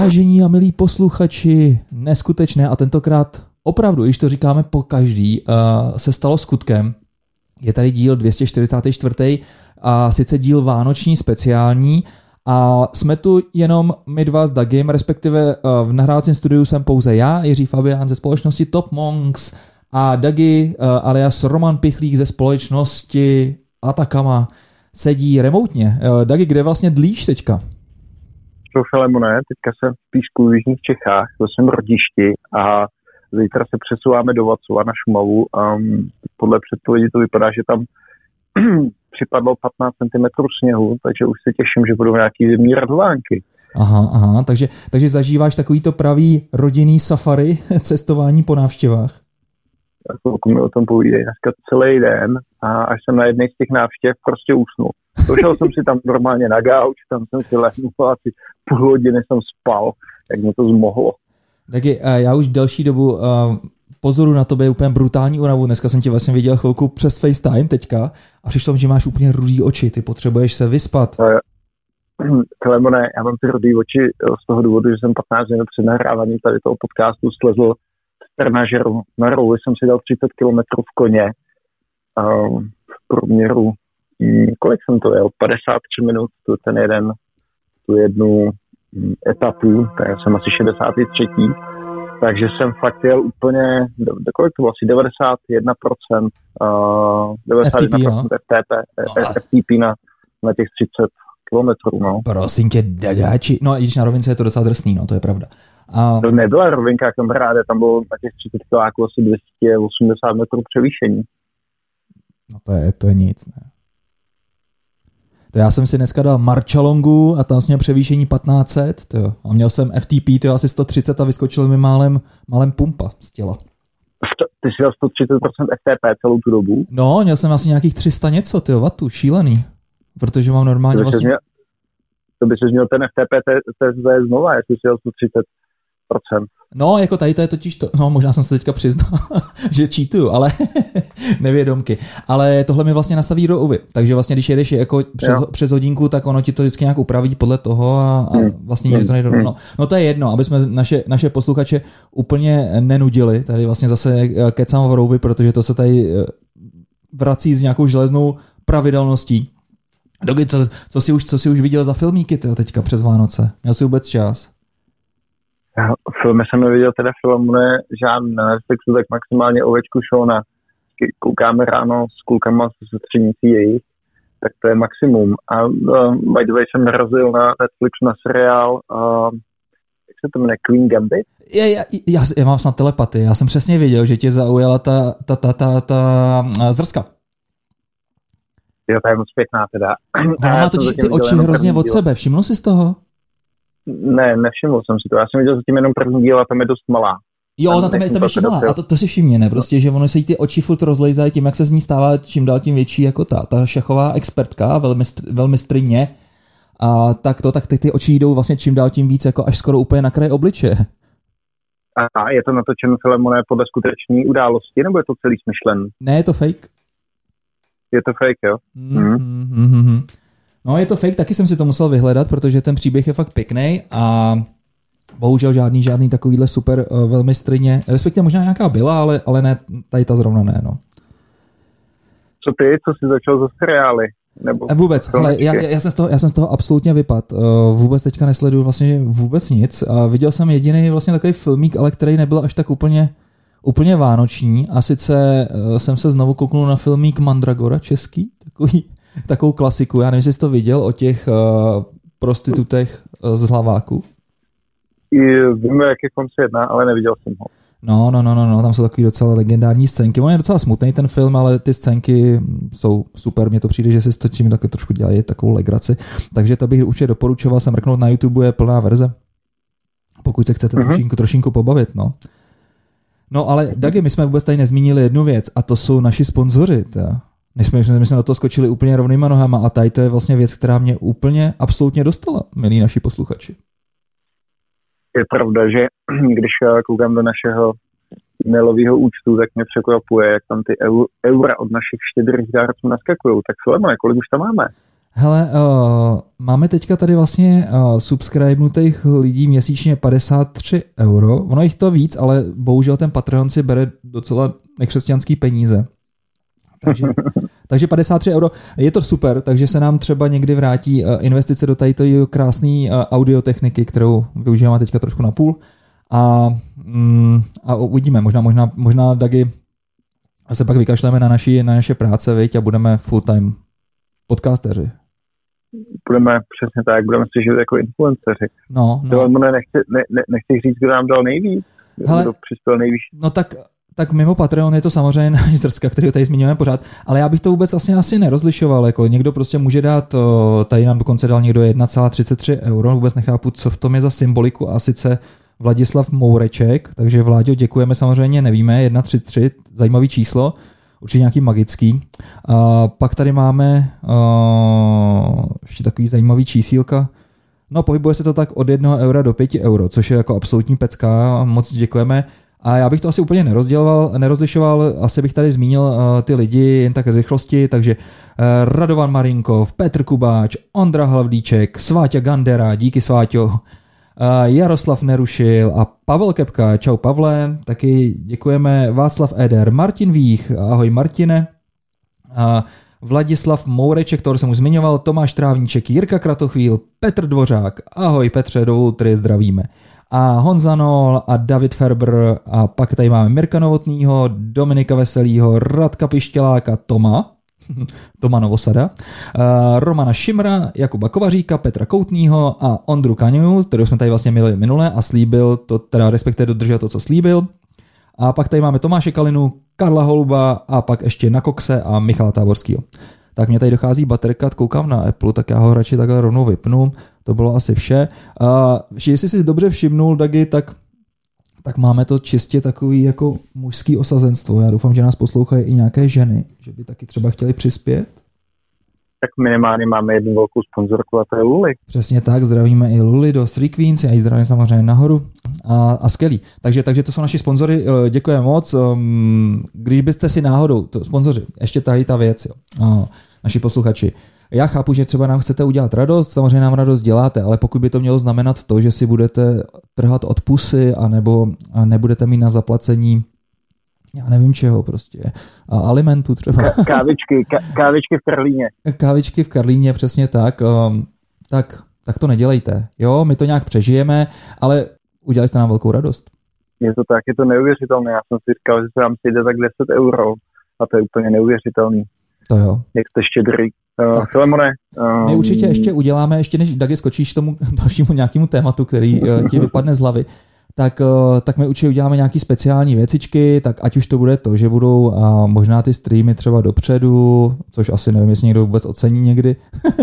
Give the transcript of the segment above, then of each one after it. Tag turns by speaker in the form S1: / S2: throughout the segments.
S1: Vážení a milí posluchači, neskutečné a tentokrát opravdu, když to říkáme po každý, se stalo skutkem. Je tady díl 244. a sice díl vánoční speciální a jsme tu jenom my dva s Dagim, respektive v nahrávacím studiu jsem pouze já, Jiří Fabián ze společnosti Top Monks a Dagi alias Roman Pichlík ze společnosti Atakama sedí remotně. Dagi, kde vlastně dlíš teďka?
S2: Filemone, teďka jsem v Písku v jižních Čechách, ve svém rodišti a zítra se přesouváme do Vacova na Šumavu a podle předpovědi to vypadá, že tam připadlo 15 cm sněhu, takže už se těším, že budou nějaký zimní radovánky.
S1: Aha, takže zažíváš takovýto pravý rodinný safari, cestování po návštěvách?
S2: Jako mi o tom povídají dneska celý den a až jsem na jedné z těch návštěv prostě usnul. Došel jsem si tam normálně na gauč, tam jsem si lehnul asi půl hodiny jsem spal, jak mě to zmohlo.
S1: Taky já už delší dobu pozoru na tobě úplně brutální únavu. Dneska jsem tě vlastně viděl chvilku přes FaceTime teďka a přišlo, že máš úplně rudý oči, ty potřebuješ se vyspat.
S2: Filemone, já mám ty rudý oči z toho důvodu, že jsem 15 minut před nahráváním tady toho podcastu slezl z trenažeru. Na rouli jsem si dal 30 km v koně v průměru. Kolik jsem to jel? 53 minut, tu jednu etapu, tak jsem asi 63. Takže jsem fakt jel úplně, kolik to bylo? Asi 91%, 91% FTP na těch 30 kilometrů, no.
S1: Prosím tě, dagáči, no i když na rovince je to docela drsný, no, to je pravda.
S2: To nebyla rovinka, kamaráde, tam bylo na těch 30 kiláků asi 280 metrů převýšení.
S1: No to je nic, ne. To já jsem si dneska dal Marčalongu a tam jsem měl převýšení 1500, to, a měl jsem FTP, to asi 130 a vyskočil mi málem pumpa z těla.
S2: Ty jsi dal 130% FTP celou tu dobu?
S1: No, měl jsem asi nějakých 300 něco, tyjo, vatů, šílený. Protože mám normálně vlastně...
S2: To by se měl ten FTP test znova, jestli jsi dal 130%.
S1: No, jako tady to je totiž to, no možná jsem se teďka přiznal, že cheatuju, ale nevědomky. Ale tohle mi vlastně nastaví do UVI, takže vlastně když jedeš jako přes hodinku, tak ono ti to vždycky nějak upraví podle toho a vlastně nikdy to nejde. No to je jedno, aby jsme naše posluchače úplně nenudili, tady vlastně zase kecám v rouvi, protože to se tady vrací s nějakou železnou pravidelností. Doky, co jsi už viděl za filmíky teďka přes Vánoce? Měl jsi vůbec čas?
S2: Filmy jsem neviděl teda Filemone žádný na Netflixu, tak maximálně Ovečku Šona. Koukáme ráno s klukama se sestřenicí jejich, tak to je maximum. A by the way jsem narazil na Netflix na seriál, jak se to jmenuje, Queen Gambit?
S1: Já mám snad telepatii, já jsem přesně věděl, že tě zaujala ta zrska.
S2: Jo, to je moc pěkná teda.
S1: Ona má totiž ty oči hrozně od sebe, všiml jsi z toho?
S2: Ne, nevšiml jsem si to. Já jsem viděl zatím jenom první díl a tam je dost malá.
S1: Jo, ona tam je malá. A to si všimně, ne? Prostě, že ono se jí ty oči furt rozlejzají tím, jak se z ní stává čím dál tím větší jako ta šachová expertka, velmi stryně. A tak ty oči jdou vlastně čím dál tím víc, jako až skoro úplně na kraj obličeje.
S2: A je to natočeno Filemone podle skutečné události, nebo je to celý smyšlen?
S1: Ne, je to fake.
S2: Je to fake, jo?
S1: No je to fake, taky jsem si to musel vyhledat, protože ten příběh je fakt pěkný a bohužel žádný takovýhle super velmi stejně, respektive možná nějaká byla, ale ne, tady ta zrovna ne, no.
S2: Co jsi začal za seriály? Nebo
S1: vůbec, ale já jsem z toho absolutně vypad. Vůbec teďka nesleduju vlastně vůbec nic a viděl jsem jediný vlastně takový filmík, ale který nebyl až tak úplně vánoční a sice jsem se znovu kouknul na filmík Mandragora český, takovou klasiku, já nevím, jestli jsi to viděl o těch prostitutech z Hlaváku.
S2: Vím, jaký konce jedná, ale neviděl jsem ho.
S1: No, tam jsou takový docela legendární scénky. On je docela smutný ten film, ale ty scénky jsou super, mně to přijde, že si s tím taky trošku dělají takovou legraci. Takže to bych určitě doporučoval, jsem mrknout na YouTube, je plná verze. Pokud se chcete trošinku pobavit, no. No ale Dagi, my jsme vůbec tady nezmínili jednu věc a to jsou naši sponzoři. My jsme do toho skočili úplně rovnýma nohama a tady to je vlastně věc, která mě úplně absolutně dostala, milí naši posluchači.
S2: Je pravda, že když koukám do našeho e-mailového účtu, tak mě překvapuje, jak tam ty eura od našich štědrých dárců naskakují. Tak Filemone, kolik už tam máme?
S1: Hele, máme teďka tady vlastně subscribenutých lidí měsíčně 53 €. Ono jich to víc, ale bohužel ten Patreon si bere docela nekřesťanský peníze. Takže 53 €. Je to super, takže se nám třeba někdy vrátí investice do tady krásné audiotechniky, kterou využíváme teďka trošku na půl. A uvidíme, možná Dagi se pak vykašleme na naše práce, viď, a budeme full-time podcasteři.
S2: Budeme přesně tak, budeme si žít jako influenceři.
S1: No.
S2: Nechci říct, kdo nám dal nejvíc, kdo přispěl nejvíc.
S1: No tak mimo Patreon je to samozřejmě náš Zrska, který tady zmiňujeme pořád, ale já bych to vůbec asi nerozlišoval, jako někdo prostě může dát, tady nám dokonce dal někdo 1,33 €, vůbec nechápu, co v tom je za symboliku, a sice Vladislav Moureček, takže Vláďo, děkujeme, samozřejmě nevíme, 1,33, zajímavý číslo, určitě nějaký magický. Pak tady máme ještě takový zajímavý čísílka. No, pohybuje se to tak od 1 € do 5 €, což je jako absolutní pecka, moc děkujeme. A já bych to asi úplně nerozlišoval, asi bych tady zmínil ty lidi jen tak z rychlosti, takže Radovan Marinkov, Petr Kubáč, Ondra Hlavdíček, Sváťa Gandera, díky Sváťo, Jaroslav Nerušil a Pavel Kepka, čau Pavle, taky děkujeme, Václav Eder, Martin Vích, ahoj Martine, Vladislav Moureček, to jsem už zmiňoval, Tomáš Trávníček, Jirka Kratochvíl, Petr Dvořák, ahoj Petře, do Ultry, zdravíme. A Honza Nol a David Ferber a pak tady máme Mirka Novotnýho, Dominika Veselýho, Radka Pištěláka, Toma Novosada, Romana Šimra, Jakuba Kovaříka, Petra Koutnýho a Ondru Kaňu, kterou jsme tady vlastně měli minule a slíbil to, teda respektive dodržel to, co slíbil. A pak tady máme Tomáše Kalinu, Karla Holuba a pak ještě na Kokse a Michala Táborskýho. Tak mě tady dochází baterka, koukám na Apple, tak já ho radši takhle rovnou vypnu. To bylo asi vše. Jestli jsi dobře všimnul, Dagi, tak máme to čistě takový jako mužský osazenstvo. Já doufám, že nás poslouchají i nějaké ženy, že by taky třeba chtěli přispět.
S2: Tak minimálně máme jednu velkou sponzorku a to je Luli.
S1: Přesně tak, zdravíme i Luli do Three Queens, já ji zdravím samozřejmě nahoru a skvělý. Takže to jsou naši sponzory, děkujeme moc. Když byste si náhodou, sponzoři, ještě tady ta věc, jo. Naši posluchači. Já chápu, že třeba nám chcete udělat radost, samozřejmě nám radost děláte, ale pokud by to mělo znamenat to, že si budete trhat od pusy a nebudete mít na zaplacení, já nevím čeho prostě, a alimentu třeba.
S2: Kávičky v Karlíně.
S1: Kávičky v Karlíně, přesně tak. Tak to nedělejte. Jo, my to nějak přežijeme, ale udělali jste nám velkou radost.
S2: Je to tak, je to neuvěřitelné. Já jsem si říkal, že se nám sejde tak 10 € a to je úplně neuvěřitelný.
S1: To jo.
S2: Jak jste štědrý. Filemone.
S1: My určitě ještě uděláme, ještě než Dagi skočíš tomu dalšímu nějakému tématu, který ti vypadne z hlavy, tak my určitě uděláme nějaký speciální věcičky, tak ať už to bude to, že budou možná ty streamy třeba dopředu, což asi nevím, jestli někdo vůbec ocení někdy,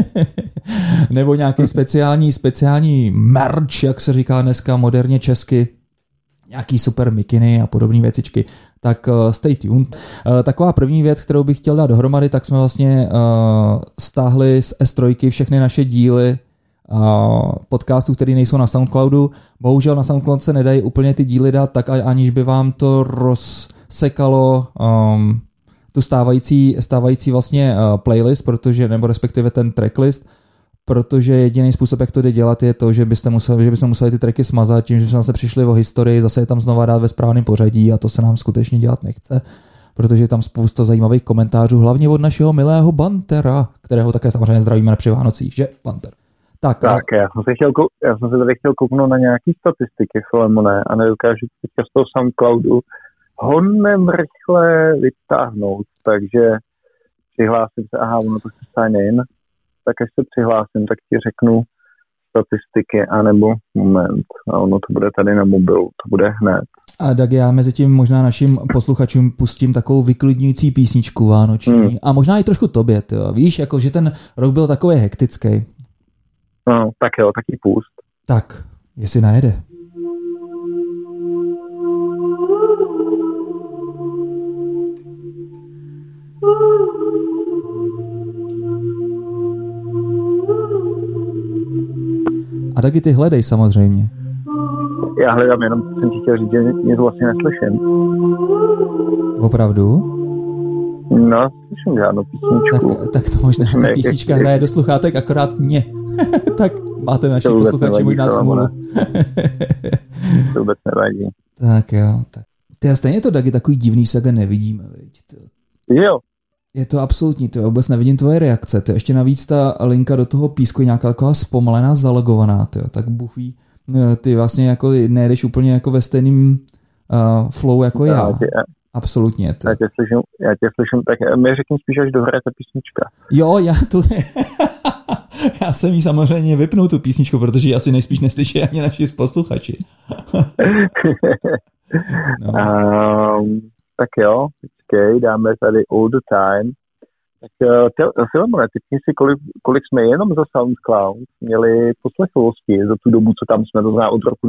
S1: nebo nějaký speciální merch, jak se říká dneska moderně česky, nějaký super mikiny a podobné věcičky, tak stay tuned. Taková první věc, kterou bych chtěl dát dohromady, tak jsme vlastně stáhli z S3 všechny naše díly podcastů, které nejsou na Soundcloudu. Bohužel na Soundcloud se nedají úplně ty díly dát tak, aniž by vám to rozsekalo tu stávající vlastně playlist, nebo respektive ten tracklist, protože jediný způsob, jak to jde dělat, je to, že byste museli ty tracky smazat, tím, že jsme zase přišli o historii, zase je tam znova dát ve správném pořadí a to se nám skutečně dělat nechce, protože je tam spousta zajímavých komentářů, hlavně od našeho milého Bantera, kterého také samozřejmě zdravíme při Vánocích, že Banter? Tak,
S2: já jsem se tady chtěl kouknout na nějaký statistiky, Filemone, a nedokážu teďka z toho Soundcloudu honem rychle vytáhnout, takže přihlásím se, ono to se sign in, tak až se přihlásím, tak ti řeknu statistiky, anebo moment, a ono to bude tady na mobilu, to bude hned.
S1: A Dagi, já mezi tím možná našim posluchačům pustím takovou vyklidňující písničku vánoční a možná i trošku tobě, tyjo. Víš, jako že ten rok byl takový hektický.
S2: No, tak jo, taky pust.
S1: Tak, jestli najede. A Dagi, ty hledej samozřejmě.
S2: Já hledám, jenom jsem ti chtěl říct, že nic vlastně neslyším.
S1: Opravdu?
S2: No, slyším žádnou písničku.
S1: Tak to možná ta písnička hraje do sluchátek akorát mě. Tak máte naši posluchači možná smůlu.
S2: To vůbec nevadí.
S1: Tak jo. Tak. Ty a stejně to taky takový divný saga nevidíme, viď?
S2: Jo.
S1: Je to absolutní, to vůbec nevidím tvoje reakce. To ještě navíc ta linka do toho písku je nějaká taková zpomalená, zalogovaná, tak Bůh ví, ty vlastně jako nejedeš úplně jako ve stejným flow jako já. Absolutně.
S2: Já tě slyším, tak mi řekni spíš, až dohraje ta písnička.
S1: Jo, já jsem jí samozřejmě vypnul tu písničku, protože ji asi nejspíš neslyší ani naši posluchači.
S2: No. Tak jo, počkej, dáme tady All the Time. Tak Filemone, typni si, kolik jsme jenom za SoundCloud měli poslechovosti za tu dobu, co tam jsme, to znamená od roku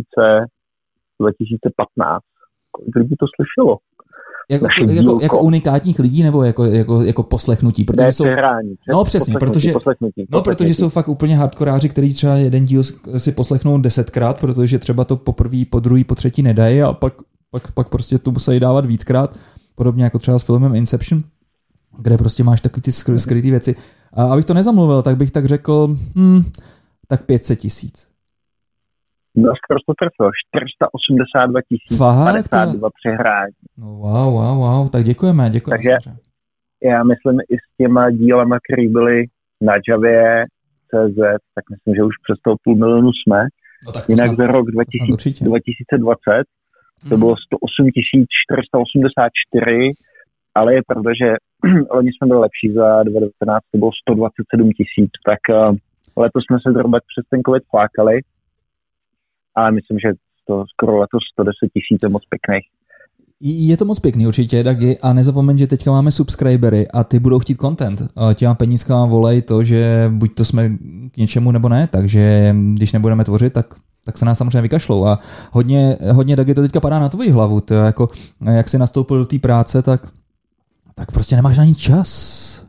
S2: 2015. Kolik lidí to slyšelo?
S1: Jako unikátních lidí nebo jako poslechnutí? Protože
S2: ne,
S1: jsou...
S2: přehrání.
S1: No přesně, protože jsou fakt úplně hardkoráři, kteří třeba jeden díl si poslechnou 10krát, protože třeba to po první, po druhý, po třetí nedají a pak prostě tu musí dávat víckrát, podobně jako třeba s filmem Inception, kde prostě máš takový ty skrytý věci. A abych to nezamluvil, tak bych tak řekl, tak 500 000.
S2: No, skoro to trefilo. 482 052 přehrání.
S1: No, wow, tak děkujeme.
S2: Takže já myslím i s těma dílama, které byly na Javě, CZ, tak myslím, že už přes toho 500 000 jsme.
S1: No,
S2: jinak za rok 2020 to bylo 108 484, ale je pravda, že oni jsme byli lepší za 2019, to bylo 127 000, tak letos jsme se zhruba přes ten covid flákali. Ale myslím, že to skoro letos 110 000 je moc pěkných.
S1: Je to moc pěkný určitě, Dagi, a nezapomeň, že teďka máme subscribery a ty budou chtít content. Těma penízkama volej to, že buď to jsme k něčemu nebo ne, takže když nebudeme tvořit, tak se nás samozřejmě vykašlou. A hodně Dagi, to teďka padá na tvoji hlavu. To je jako, jak jsi nastoupil do té práce, tak prostě nemáš ani čas.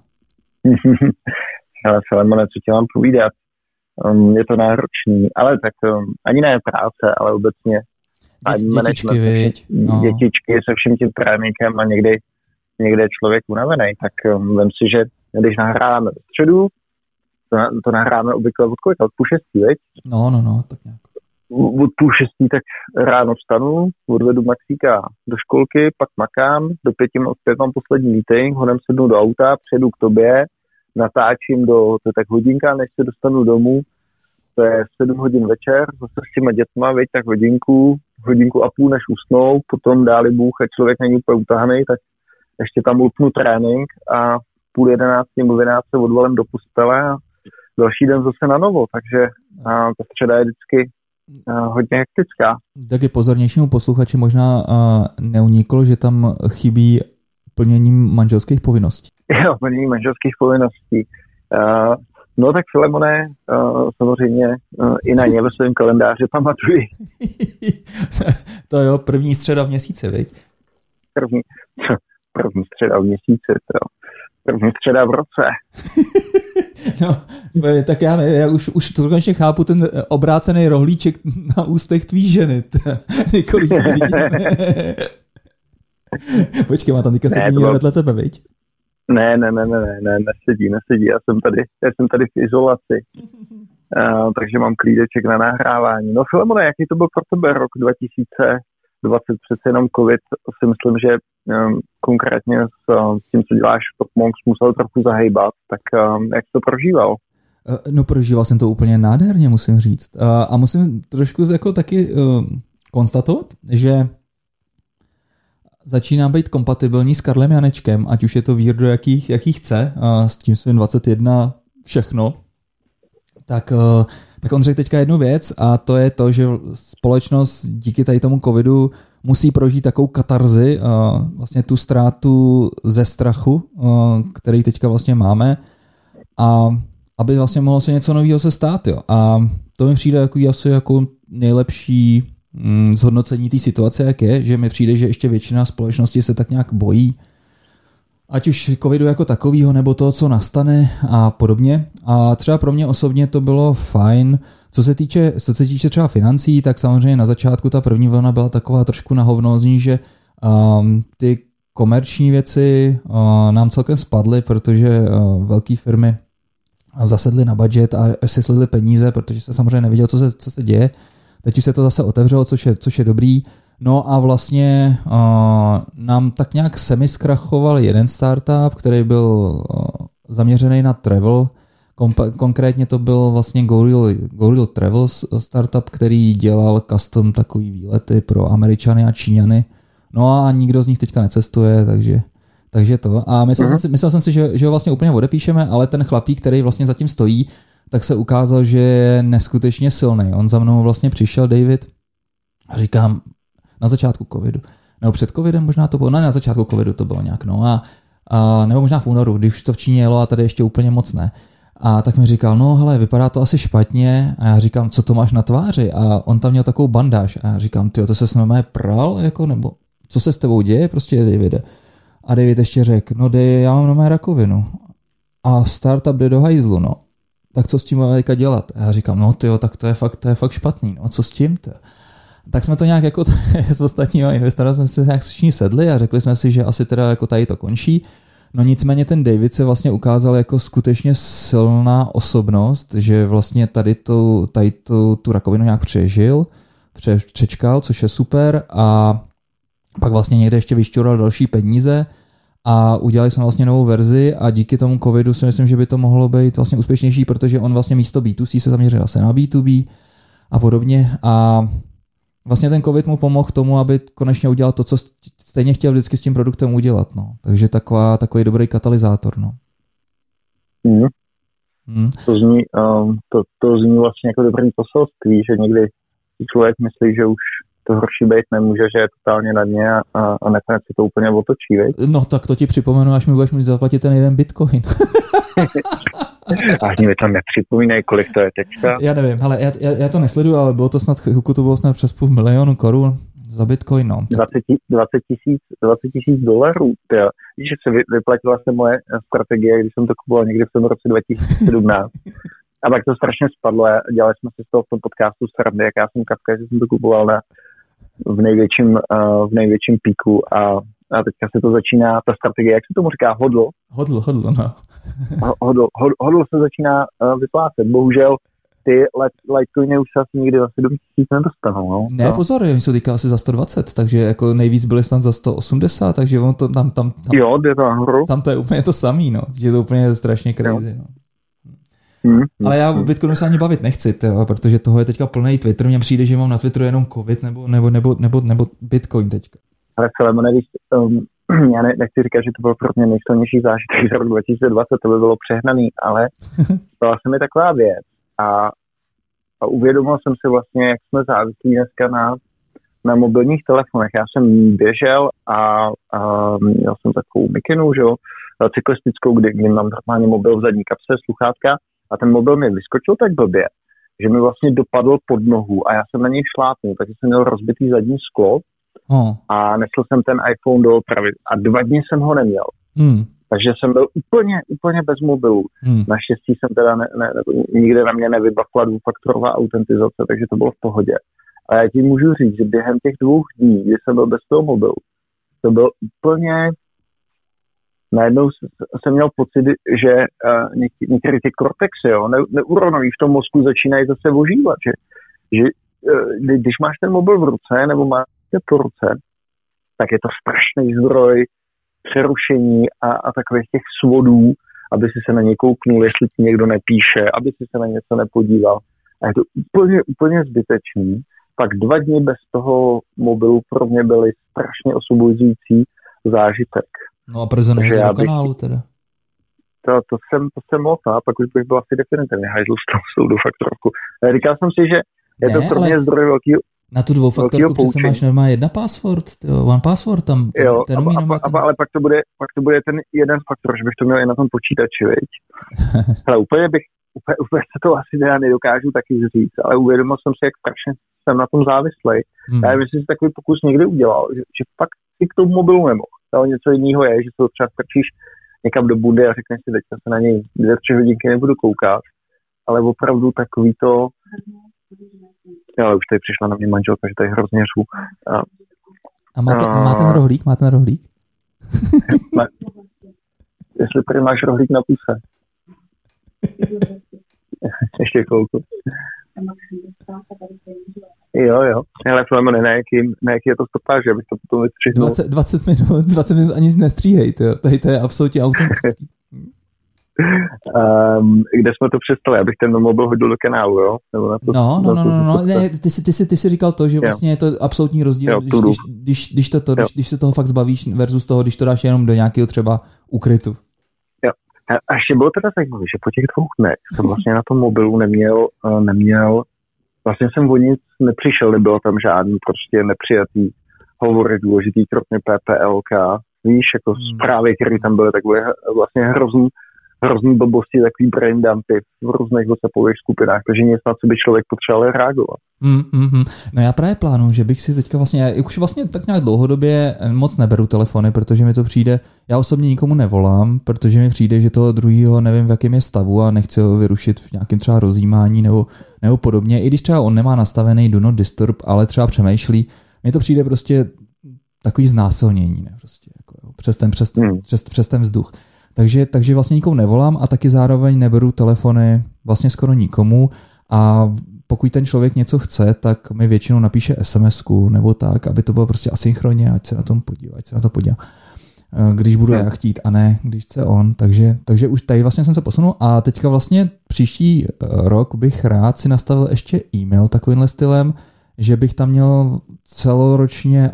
S2: Ale Filemone, co tě mám povídat? Je to náročný, ale tak ani ne práce, ale obecně dětičky se vším tím tréninkem a někdy je člověk unavený, tak vem si, že když nahráváme ve středu, to nahráváme obvykle od kolika? Od 5:30, viď?
S1: No, tak nějak.
S2: Od 5:30 tak ráno vstanu, odvedu Maxíka do školky, pak makám, do 5 mám poslední meeting, honem sednu do auta, přijedu k tobě, natáčím to je tak hodinka, než se dostanu domů, to je 7 hodin večer, zase s těma dětma, viď, tak hodinku a půl, než usnou, potom dáli Bůh a člověk není úplně utahaný, tak ještě tam lupnu trénink a 10:30 nebo 11 se odvalím do postele a další den zase na novo, takže ta středa je vždycky hodně hektická.
S1: Tak je pozornějšímu posluchači možná neuniklo, že tam chybí plněním manželských povinností.
S2: Jo, plnění manželských povinností. No tak Filemone, samozřejmě i na ně ve svém kalendáři pamatuji.
S1: To jo, první středa v měsíci, viď?
S2: První středa v měsíci, to jo. První středa v roce.
S1: No, tak já už to konečně chápu, ten obrácený rohlíček na ústech tvý ženy. Několik lidí. Počkej, má tam teďka sedí vedle tebe, viď?
S2: Ne, nesedí. Já jsem tady v izolaci. Takže mám klídeček na nahrávání. No Filemone, jaký to byl pro tebe rok 2020? Přece jenom covid, si myslím, že konkrétně s tím, co děláš v Top Monks, musel trochu zahejbat. Tak jak jsi to prožíval?
S1: No prožíval jsem to úplně nádherně, musím říct. A musím trošku jako taky konstatovat, že začíná být kompatibilní s Karlem Janečkem, ať už je to vír do jaký chce, s tím svým 21 všechno, tak on řekl teďka jednu věc a to je to, že společnost díky tady tomu covidu musí prožít takovou katarzi, vlastně tu ztrátu ze strachu, který teďka vlastně máme, a aby vlastně mohlo se něco nového se stát. Jo. A to mi přijde jako nejlepší zhodnocení té situace, jak je, že mi přijde, že ještě většina společnosti se tak nějak bojí, ať už covidu jako takového, nebo toho, co nastane a podobně. A třeba pro mě osobně to bylo fajn. Co se týče třeba financí, tak samozřejmě na začátku ta první vlna byla taková trošku nahovnozní, že ty komerční věci nám celkem spadly, protože velké firmy zasedly na budget a si slili peníze, protože se samozřejmě nevědělo, co se děje. Teď už se to zase otevřelo, což je dobrý. No a vlastně nám tak nějak semi-zkrachoval jeden startup, který byl zaměřený na travel. Konkrétně to byl vlastně Go Real Travel startup, který dělal custom takový výlety pro Američany a Číňany. No a nikdo z nich teďka necestuje, takže to. A myslel jsem si, že ho vlastně úplně odepíšeme, ale ten chlapík, který vlastně zatím stojí, tak se ukázal, že je neskutečně silný. On za mnou vlastně přišel, David, a říkám, na začátku covidu. Nebo před covidem možná to bylo, ne, na začátku covidu to bylo nějak, no a nebo možná v únoru, když to v Číně jelo a tady ještě úplně moc ne. A tak mi říkal, no hele, vypadá to asi špatně. A já říkám, co to máš na tváři? A on tam měl takovou bandáž. A já říkám, tyjo, to se s námi pral, jako, nebo co se s tebou děje, prostě Davide. A David ještě řekl, no já mám normálně rakovinu. A startup jde do hajzlu, no. Tak co s tím máme teďka dělat? A já říkám, no tyjo, tak to je fakt špatný, no, co s tím to? Tak jsme to nějak jako s ostatními investory jsme si nějak všichni sedli a řekli jsme si, že asi teda jako tady to končí. No nicméně ten David se vlastně ukázal jako skutečně silná osobnost, že vlastně tady tu rakovinu nějak přečkal, což je super, a pak vlastně někde ještě vyšťoural další peníze a udělali jsme vlastně novou verzi a díky tomu covidu si myslím, že by to mohlo být vlastně úspěšnější, protože on vlastně místo B2C se zaměřil se na B2B a podobně a vlastně ten covid mu pomohl tomu, aby konečně udělal to, co stejně chtěl vždycky s tím produktem udělat. No. Takže takový dobrý katalyzátor. No.
S2: To zní vlastně jako dobrý poselství, že někdy člověk myslí, že už to horší být nemůže, že je totálně na dně a nakonec se to úplně otočí, veď?
S1: No tak to ti připomenu, až mi budeš mít zaplatit ten jeden bitcoin.
S2: Ani mi to nepřipomínej, kolik to je teďka.
S1: Já nevím, ale já to nesleduju, ale bylo to snad, chvilku to bylo snad přes $500 000 korun za bitcoin, no.
S2: 20 tisíc dolarů. Víš, že se vyplatila se moje strategie, když jsem to kupoval někdy v tom roce 2017. A pak to strašně spadlo a dělali jsme si z toho v tom podcastu srandy, jak já jsem Kafka, že jsem to kupoval v největším píku a teďka se to začíná, ta strategie, jak se tomu říká, hodl,
S1: no.
S2: hodl se začíná vyplácet. Bohužel ty Litecoiny už se asi nikdy za 7 000 nedostanou. No?
S1: Ne, pozor, oni jsou teďka asi za 120, takže jako nejvíc byly snad za 180, takže on to tam
S2: jo, jde to nahoru.
S1: Tam to je úplně to samý, no. Je to úplně strašně crazy, no. Ale já o Bitcoinu se ani bavit nechci, protože toho je teďka plný Twitter. Mně přijde, že mám na Twitteru jenom COVID nebo Bitcoin teďka.
S2: Ale Filemone, já nechci říkat, že to byl pro mě nejsilnější zážitek za rok 2020, to by bylo přehnaný, ale stala se mi taková věc a uvědomil jsem si vlastně, jak jsme závislí dneska na mobilních telefonech. Já jsem běžel a měl jsem takovou mikinu, že jo, cyklistickou, kdy mám normálně mobil v zadní kapse, sluchátka, a ten mobil mi vyskočil tak blbě, že mi vlastně dopadl pod nohu a já jsem na něj šlápnul, takže jsem měl rozbitý zadní sklo a nesl jsem ten iPhone do opravy a 2 dny jsem ho neměl. Takže jsem byl úplně bez mobilu. Naštěstí jsem teda nikde na mě nevybavila dvoufaktorová autentizace, takže to bylo v pohodě. A já ti můžu říct, že během těch 2 dní, kdy jsem byl bez toho mobilu, to byl úplně... Najednou jsem měl pocit, že některé ty kortexy, neuronový v tom mozku začínají zase ožívat, že když máš ten mobil v ruce nebo máš to v ruce, tak je to strašný zdroj přerušení a takových těch svodů, aby si se na něj kouknul, jestli ti někdo nepíše, aby si se na něco nepodíval. A je to úplně zbytečný. Pak 2 dny bez toho mobilu pro mě byly strašně osvobozující zážitek.
S1: No a proč nejde do kanálu teda?
S2: To jsem moc, a pak už bych byl asi definitivně hajzl s tou dvoufaktorovku. Říkal jsem si, že je to pro mě zdroj velkýho.
S1: Na tu dvoufaktorku přece máš normálně jedna password, one password tam.
S2: Jo, ale pak to bude ten jeden faktor, že bych to měl i na tom počítači, viď? Ale úplně se to asi nedokážu taky říct, ale uvědomil jsem si, jak strašně jsem na tom závislej. Já nevím, jestli si takový pokus někdy udělal, že fakt si k tomu mobilu nemohl. Ale něco jiného je, že to třeba strčíš někam do bundy a řekneš si, teďka se na něj 2-3 hodinky nebudu koukat, ale opravdu takový to... Ale už tady přišla na mě manželka, že tady hrozně řvu.
S1: A má ten rohlík?
S2: Jestli tady máš rohlík na puse. Ještě chvilku. Jo. Hele, Flemone, na jaký je to stopáž, abych to potom vystřihnul.
S1: 20 minut ani nestříhej, tady to je absolutně autentický.
S2: Kde jsme to přestali, abych ten mobil hodil do kanálu, jo? Nebo na to,
S1: no. Ne, ty jsi říkal to, že vlastně je to absolutní rozdíl, když se toho fakt zbavíš versus toho, když to dáš jenom do nějakého třeba ukrytu.
S2: Jo. A ještě bylo teda zajímavé, že po těch 2 dnech jsem vlastně na tom mobilu neměl vlastně jsem o nic nepřišel, nebylo tam žádný prostě nepřijatý hovory důležitý, kromě PPLK, víš, jako zprávy, které tam byly takové vlastně hrozný blbosti, takový brain dumpy v různých WhatsAppových skupinách, takže nic, na co by člověk potřeboval reagovat.
S1: No já právě plánuju, že bych si teďka vlastně, já už vlastně tak nějak dlouhodobě moc neberu telefony, protože mi to přijde, já osobně nikomu nevolám, protože mi přijde, že toho druhýho nevím v jakém je stavu a nechci ho vyrušit v nějakém třeba rozjímání nebo podobně, i když třeba on nemá nastavený do not disturb, ale třeba přemýšlí, mně to přijde prostě takový znásilnění, ne, prostě, jako, jo, přes ten vzduch. Takže vlastně nikomu nevolám a taky zároveň neberu telefony vlastně skoro nikomu a pokud ten člověk něco chce, tak mi většinou napíše SMS-ku nebo tak, aby to bylo prostě asynchronně, ať se na to podívá. Když budu já chtít a ne, když chce on. Takže už tady vlastně jsem se posunul a teďka vlastně příští rok bych rád si nastavil ještě e-mail takovýmhle stylem, že bych tam měl celoročně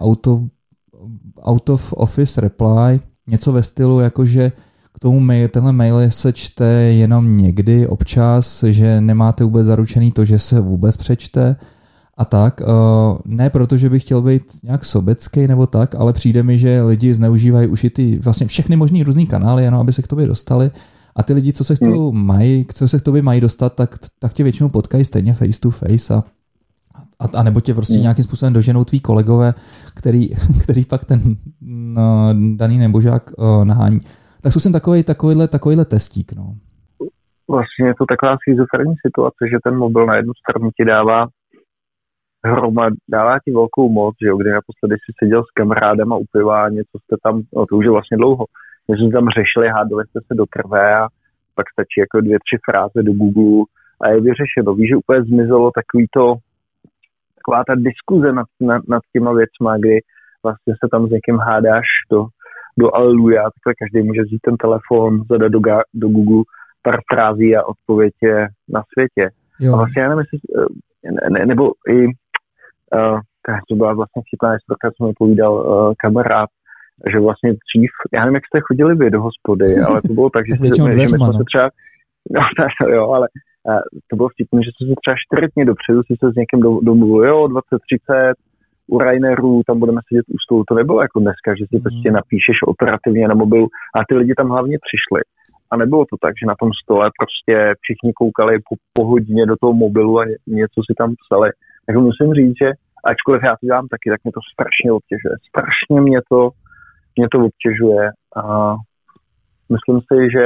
S1: out of office reply, něco ve stylu jakože k tomu tenhle mail se čte jenom někdy občas, že nemáte vůbec zaručený to, že se vůbec přečte a tak. Ne proto, že bych chtěl být nějak sobecký nebo tak, ale přijde mi, že lidi zneužívají už i ty vlastně všechny možný různý kanály, jenom aby se k tobě dostali. A ty lidi, co se k tobě mají dostat, tak tě většinou potkají stejně face to face a nebo tě prostě nějakým způsobem doženou tví kolegové, který pak ten daný nebožák nahání. Tak zkusím takovýhle testík, no.
S2: Vlastně je to taková schizofrenní situace, že ten mobil na jednu stranu ti dává ti velkou moc, že jo, kdy naposledy si seděl s kamarádem a u piva a něco jste tam, to už je vlastně dlouho, my jsme tam řešili, hádali jste se do krve a pak stačí jako 2-3 fráze do Google a je vyřešeno. Víš, že úplně zmizelo taková ta diskuze nad těma věcma, kdy vlastně se tam s někým hádáš do Aleluja, takhle každý může vzít ten telefon, zadat do Google pár frází a odpověď je na světě. Jo. A vlastně já nevím, jestli, nebo i to byla vlastně vtipná historika, co mi povídal kamarád, že vlastně dřív, já nevím, jak jste chodili vy do hospody, ale to bylo tak, že my jsme se třeba, ale to bylo vtipné, že se třeba 4 dny dopředu si se s někým domluvil, jo, 20:30, u Raineru, tam budeme sedět u stolu. To nebylo jako dneska, že si prostě napíšeš operativně na mobilu a ty lidi tam hlavně přišli. A nebylo to tak, že na tom stole prostě všichni koukali po hodině do toho mobilu a něco si tam psali. Takže musím říct, že ačkoliv já to dělám taky, tak mě to strašně obtěžuje. Strašně mě to obtěžuje a myslím si, že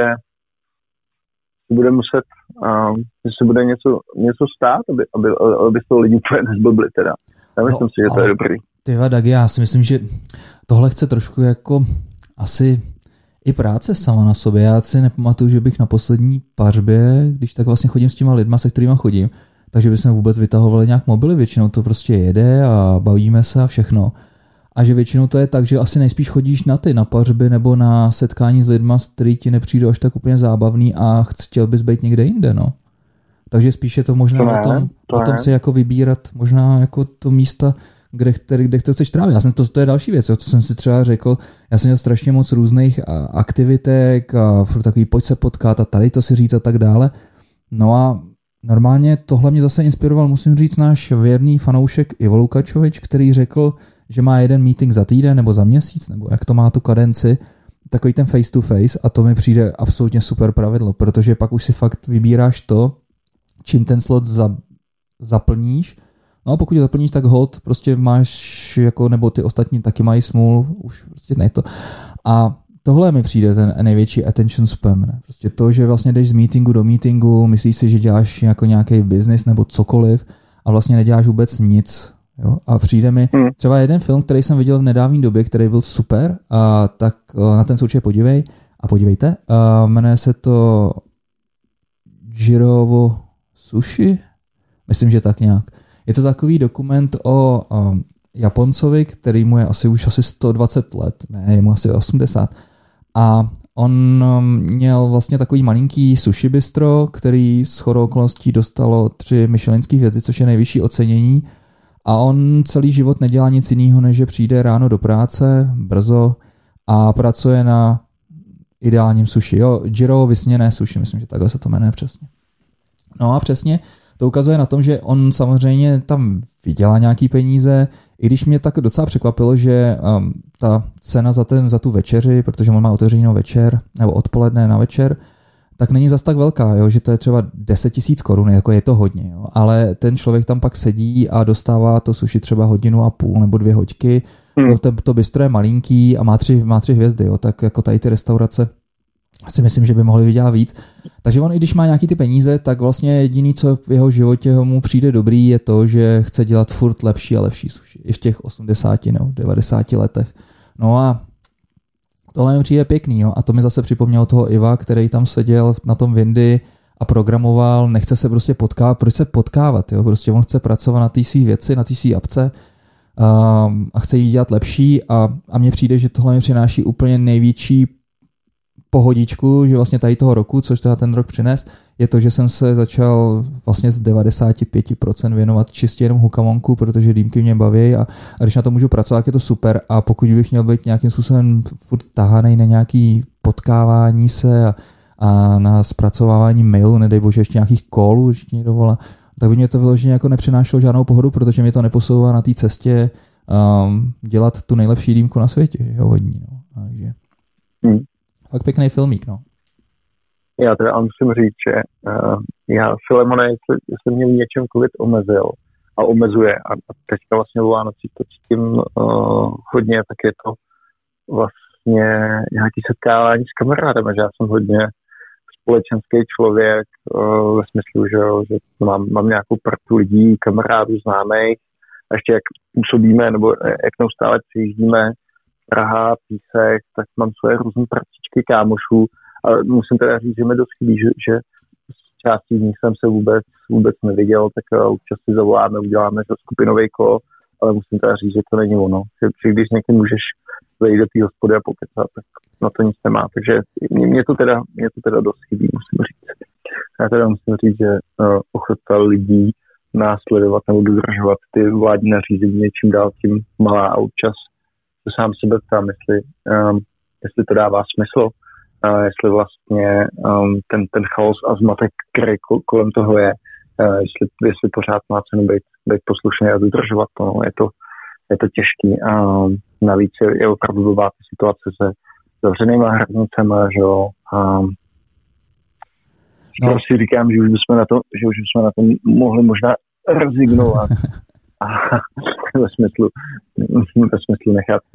S2: bude muset, že se bude něco stát, aby z toho lidi úplně nezblbli teda. Já myslím si, že to je dobrý.
S1: Tyva, Dagi, já si myslím, že tohle chce trošku jako asi i práce sama na sobě. Já si nepamatuju, že bych na poslední pařbě, když tak vlastně chodím s těma lidma, se kterýma chodím, takže bychom vůbec vytahovali nějak mobily. Většinou to prostě jede a bavíme se a všechno. A že většinou to je tak, že asi nejspíš chodíš na pařby nebo na setkání s lidma, který ti nepřijde až tak úplně zábavný a chtěl bys být někde jinde, no. Takže spíš je to možná o tom si jako vybírat možná jako to místa, kde to chceš trávit. To je další věc, co jsem si třeba řekl. Já jsem měl strašně moc různých aktivitek a takový pojď se potkat a tady to si říct a tak dále. No a normálně tohle mě zase inspiroval, musím říct, náš věrný fanoušek Ivo Lukačovič, který řekl, že má jeden meeting za týden nebo za měsíc, nebo jak to má tu kadenci, takový ten face to face a to mi přijde absolutně super pravidlo, protože pak už si fakt vybíráš to, čím ten slot zaplníš. No a pokud je zaplníš, tak hold prostě máš, jako, nebo ty ostatní taky mají smůlu, už prostě ne to. A tohle mi přijde ten největší attention spam. Ne? Prostě to, že vlastně jdeš z meetingu do meetingu, myslíš si, že děláš jako nějaký business nebo cokoliv a vlastně neděláš vůbec nic. Jo? A přijde mi třeba jeden film, který jsem viděl v nedávné době, který byl super, a tak na ten se určitě podívejte. Jmenuje se to Jirovo sushi? Myslím, že tak nějak. Je to takový dokument o Japoncovi, který mu je už asi 120 let, ne, je mu asi 80. A on měl vlastně takový malinký sushi bistro, který shodou okolností dostalo 3 michelinské hvězdy, což je nejvyšší ocenění. A on celý život nedělá nic jiného, než že přijde ráno do práce, brzo, a pracuje na ideálním sushi. Jo, Jiro vysněné sushi, myslím, že takhle se to jmenuje přesně. No a přesně to ukazuje na tom, že on samozřejmě tam vydělá nějaký peníze, i když mě tak docela překvapilo, že ta cena za tu večeři, protože on má otevřený večer, nebo odpoledne na večer, tak není zas tak velká, jo? Že to je třeba 10 000 korun, jako je to hodně, jo? Ale ten člověk tam pak sedí a dostává to sushi třeba 1,5 hodiny nebo 2 hodiny, to bistro je malinký a má 3 hvězdy, jo? Tak jako tady ty restaurace si myslím, že by mohli vydělat víc. Takže on, i když má nějaký ty peníze, tak vlastně jediný, co v jeho životě mu přijde dobrý, je to, že chce dělat furt lepší a lepší sushi. I v těch 80 nebo 90 letech. No a tohle mi přijde pěkný, jo? A to mi zase připomnělo toho Iva, který tam seděl na tom Windy a programoval, nechce se prostě potkávat. Proč se potkávat? Jo? Prostě on chce pracovat na té svý věci, na té svý apce a chce jí dělat lepší a mně přijde, že tohle mi přináší úplně největší pohodičku, že vlastně tady toho roku, což teda ten rok přines, je to, že jsem se začal vlastně z 95% věnovat čistě jenom hukamonku, protože dýmky mě baví a když na to můžu pracovat, je to super, a pokud bych měl být nějakým způsobem furt tahanej na nějaký potkávání se a na zpracovávání mailu, nedej bože ještě nějakých callů, ještě někdo volá, tak by mě to vyloženě jako nepřinášelo žádnou pohodu, protože mě to neposouvá na té cestě dělat tu nejlepší dýmku na světě, jo, vodní, no. Takže fakt pěkný filmík, no.
S2: Já teda musím říct, že já Filemone, jestli mě v něčem covid omezil a omezuje a teďka vlastně o Vánocích to cítím hodně, tak je to vlastně nějaký setkávání s kamarádem, že já jsem hodně společenský člověk ve smyslu, že mám nějakou partu lidí, kamarádů, známých, a ještě jak působíme, nebo jak neustále přijíždíme Praha, Písek, tak mám svoje různé partičky kámošů, ale musím teda říct, že mi dost chybí, že s částí z nich jsem se vůbec neviděl, tak občas si zavoláme, uděláme skupinový kolo, ale musím teda říct, že to není ono. Že když někdy můžeš vejít do té hospody a pokecat, tak na to nic nemá. Takže mě to teda dost chybí, musím říct. Já teda musím říct, že ochota lidí následovat nebo dodržovat ty vládní nařízení je čím dál tím malá a občas to sám sebe ptám, jestli to dává smysl, jestli vlastně ten chaos a zmatek, který kolem toho je, jestli pořád má cenu být poslušný a dodržovat to. No, je to těžký. Navíc je opravdu blbá situace se zavřenýma hranicema, že jo. Prostě říkám, že už bychom na to mohli možná rezignovat. A ve smyslu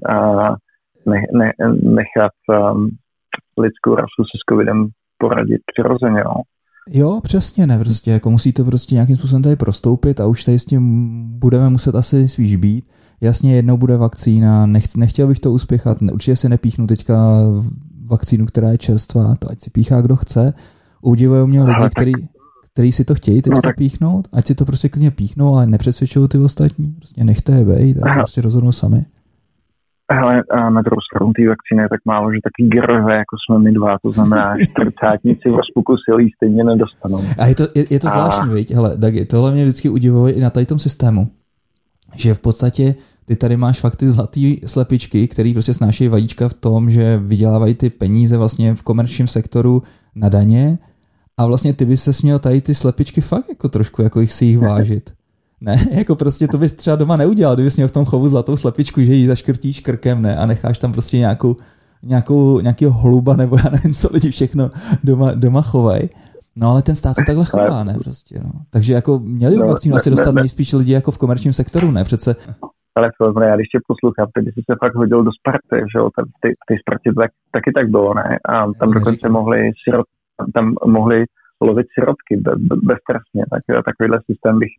S2: nechat lidskou rasu se s covidem poradit přirozeně. No.
S1: Jo, přesně, ne, prostě, jako musí to prostě nějakým způsobem tady prostoupit a už tady s tím budeme muset asi spíš být. Jasně, jednou bude vakcína, nechtěl bych to uspěchat, určitě si nepíchnu teďka vakcínu, která je čerstvá, to ať si píchá kdo chce. Udivují mě lidi, který si to chtějí teďka píchnout, ať si to prostě klidně píchnou, ale nepřesvědčují ty ostatní. Prostě nechte je bejt, ať se prostě rozhodnou sami.
S2: Ale na druhou stranu té vakcíny je tak málo, že taky gerové, jako jsme my dva, to znamená, že trcátníci v rozpuku silí stejně nedostanou.
S1: A je to zvláštní, viď? Hele, Dagi, tohle mě vždycky udivuje i na tady tom systému, že v podstatě ty tady máš fakt ty zlatý slepičky, který prostě snášejí vajíčka v tom, že vydělávají ty peníze vlastně v komerčním sektoru na daně. A vlastně ty bys se směl tady ty slepičky fakt jako trošku jako si jich vážit. Ne, jako prostě to bys třeba doma neudělal, kdybys měl v tom chovu zlatou slepičku, že ji zaškrtíš krkem, ne, a necháš tam prostě nějakýho holuba, nebo já nevím, co lidi všechno doma chovají. No ale ten stát se takhle chová, ne, prostě, no. Takže jako měli by vakcínu asi dostat nejspíš lidi jako v komerčním sektoru, ne, přece.
S2: Ale já když tě poslouchám, tak jsi se fakt hodil do Sparty, že jo, v té Spartě taky tak bylo, ne, a tam dokonce mohli lovit sirotky beztrestně, takovýhle systém bych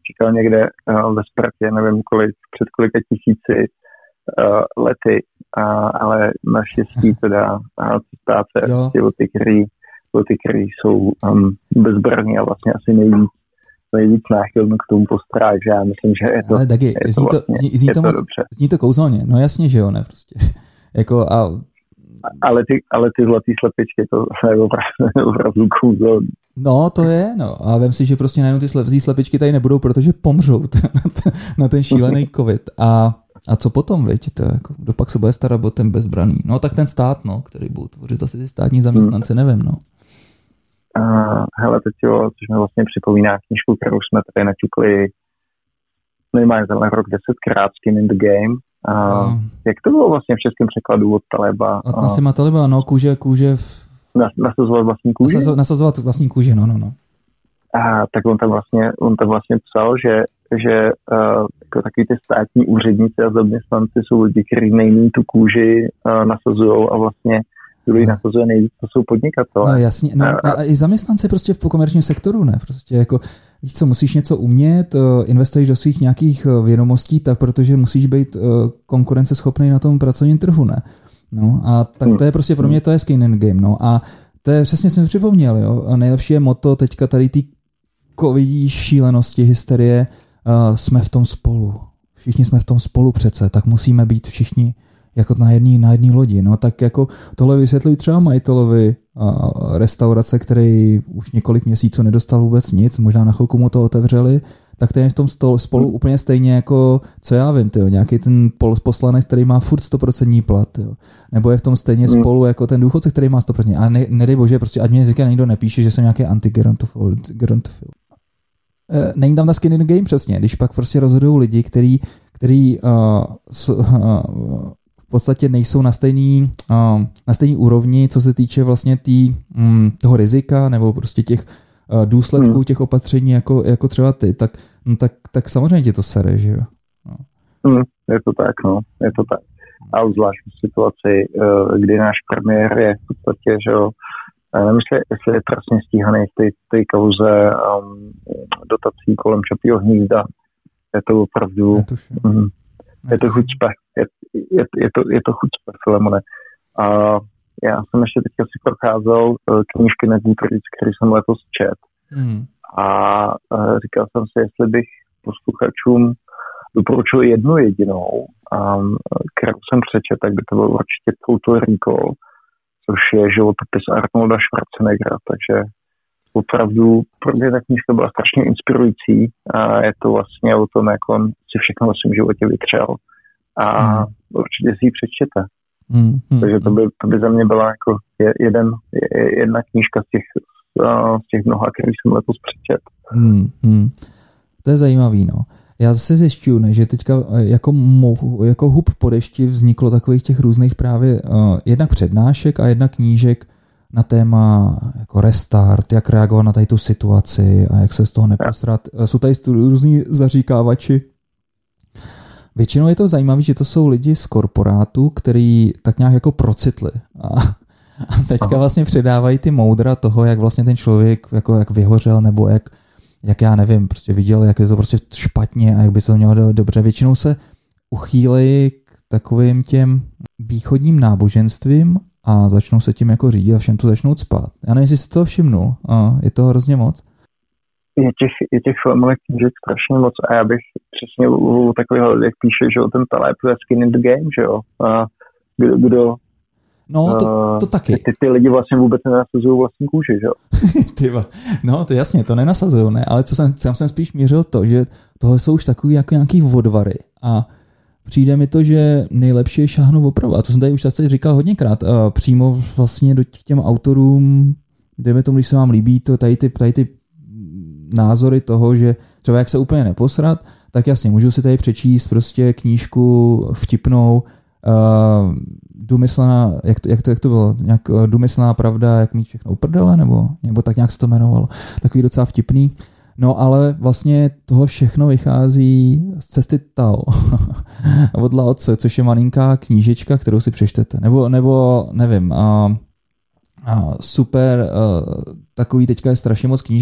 S2: čekal někde ve Spartě, nevím před kolika tisíci lety, ale naštěstí teda stát se o ty, který jsou bezbraní a vlastně asi nejvíc náchylný k tomu postrách, že já myslím, že je to,
S1: ale taky,
S2: je to dobře.
S1: Zní to kouzelně, no jasně, že jo, ne, prostě. Jako
S2: ale ty zlatý slepičky, to je opravdu kouzelný.
S1: No, to je, no. A vem si, že prostě najednou ty zlatý slepičky tady nebudou, protože pomřou na ten šílený covid. A co potom, viď? To jako, kdo pak se bude starat o ten bezbraný? No, tak ten stát, no, který budou tvořit asi ty státní zaměstnanci, nevím, no.
S2: Hele, teď jo, což mi vlastně připomíná knížku, kterou jsme tady načukli minimálně za rok 10krát, Skin in the Game. Jak to bylo vlastně v českém překladu od Taleba?
S1: Od Nasima Taleba, no, kůže
S2: nasazovat vlastní kůži?
S1: Nasazovat vlastní kůži, no.
S2: Tak on tam vlastně psal, že jako takový ty státní úředníci a zaměstnanci jsou lidi, kteří nejméně tu kůži nasazujou a vlastně kdo ji nasazuje nejvíc, to jsou podnikatelé.
S1: No jasně, a i zaměstnanci prostě v komerčním sektoru, ne? Prostě jako, víš co, musíš něco umět, investuješ do svých nějakých vědomostí, tak protože musíš být konkurenceschopný na tom pracovním trhu, ne? No a tak to je prostě pro mě, to je skin in the game, no a to je přesně, jsem připomněl, jo, a nejlepší je motto teďka tady ty covidí šílenosti, hysterie, jsme v tom spolu. Všichni jsme v tom spolu přece, tak musíme být všichni jako na jedné lodi. No tak jako tohle vysvětlují třeba majitelovi restaurace, který už několik měsíců nedostal vůbec nic, možná na chvilku mu to otevřeli, tak ten je v tom spolu úplně stejně jako, co já vím, tyjo, nějaký ten poslanec, který má furt 100% plat, tyjo. Nebo je v tom stejně spolu jako ten důchodce, který má 100%. A nedej bože, prostě ať mě někdo nepíše, že jsem nějaký anti-gerontofil. Není tam ta skin in the game přesně, když pak prostě rozhodují lidi, který v podstatě nejsou na stejný úrovni, co se týče vlastně toho rizika nebo prostě těch důsledků těch opatření jako třeba ty, tak samozřejmě tě to sere, že jo?
S2: No. Je to tak, no. Je to tak. A zvlášť v situaci, kdy náš premiér je v podstatě, že jo, nevím, jestli je trestně stíhaný v té kauze dotací kolem Čapího hnízda. Je to opravdu... Je to chucpe. Je to chucpe, Filemone. A já jsem ještě teďka si procházel knížky na Goodreads, který jsem letos čet. A říkal jsem si, jestli bych posluchačům doporučil jednu jedinou, kterou jsem přečet, tak by to bylo určitě Total Recall, což je životopis Arnolda Schwarzeneggera, takže opravdu pro mě ta knížka byla strašně inspirující a je to vlastně o tom, jak on si všechno ve svém životě vytřel a určitě si ji přečtěte. Takže to by za mě byla jako jedna knížka z těch mnoha, který jsem letos přečet.
S1: To je zajímavý, no. Já zase zjišťuju, že teďka jako hub po dešti vzniklo takových těch různých právě jednak přednášek a jednak knížek na téma jako restart, jak reagovat na tady tu situaci a jak se z toho neposrat. Jsou tady různí zaříkávači. Většinou je to zajímavé, že to jsou lidi z korporátu, který tak nějak jako procitli. A teďka vlastně předávají ty moudra toho, jak vlastně ten člověk jako jak vyhořel, nebo jak já nevím, prostě viděl, jak je to prostě špatně a jak by to mělo dobře. Většinou se uchýlejí k takovým těm východním náboženstvím a začnou se tím jako řídit a všem to začnou cpát. Já nevím, jestli si to všimnul. Je to hrozně moc.
S2: Je těch filmových knížek strašně moc a já bych přesně u takového, jak píše, že ten Taleb je skin in the game, že jo. Kdo
S1: no, to taky.
S2: Ty lidi vlastně vůbec nenasazují vlastní kůži, že jo?
S1: No, to jasně, to nenasazují, ne? Ale co jsem spíš mířil to, že tohle jsou už takový jako nějaký odvary a přijde mi to, že nejlepší je šáhnout opravdu. A to jsem tady už zase říkal hodněkrát. Přímo vlastně do těm autorům, dejme tomu, když se vám líbí to, tady ty názory toho, že třeba jak se úplně neposrat, tak jasně, můžu si tady přečíst prostě knížku vtipnou, důmyslná, jak to bylo, nějak důmyslná pravda, jak mít všechno uprdele, nebo tak nějak se to jmenovalo. Takový docela vtipný. No ale vlastně toho všechno vychází z cesty Tao od Lao Tse, což je malinká knížečka, kterou si přečtete. Nebo nevím, super, takový teďka je strašně moc knížek,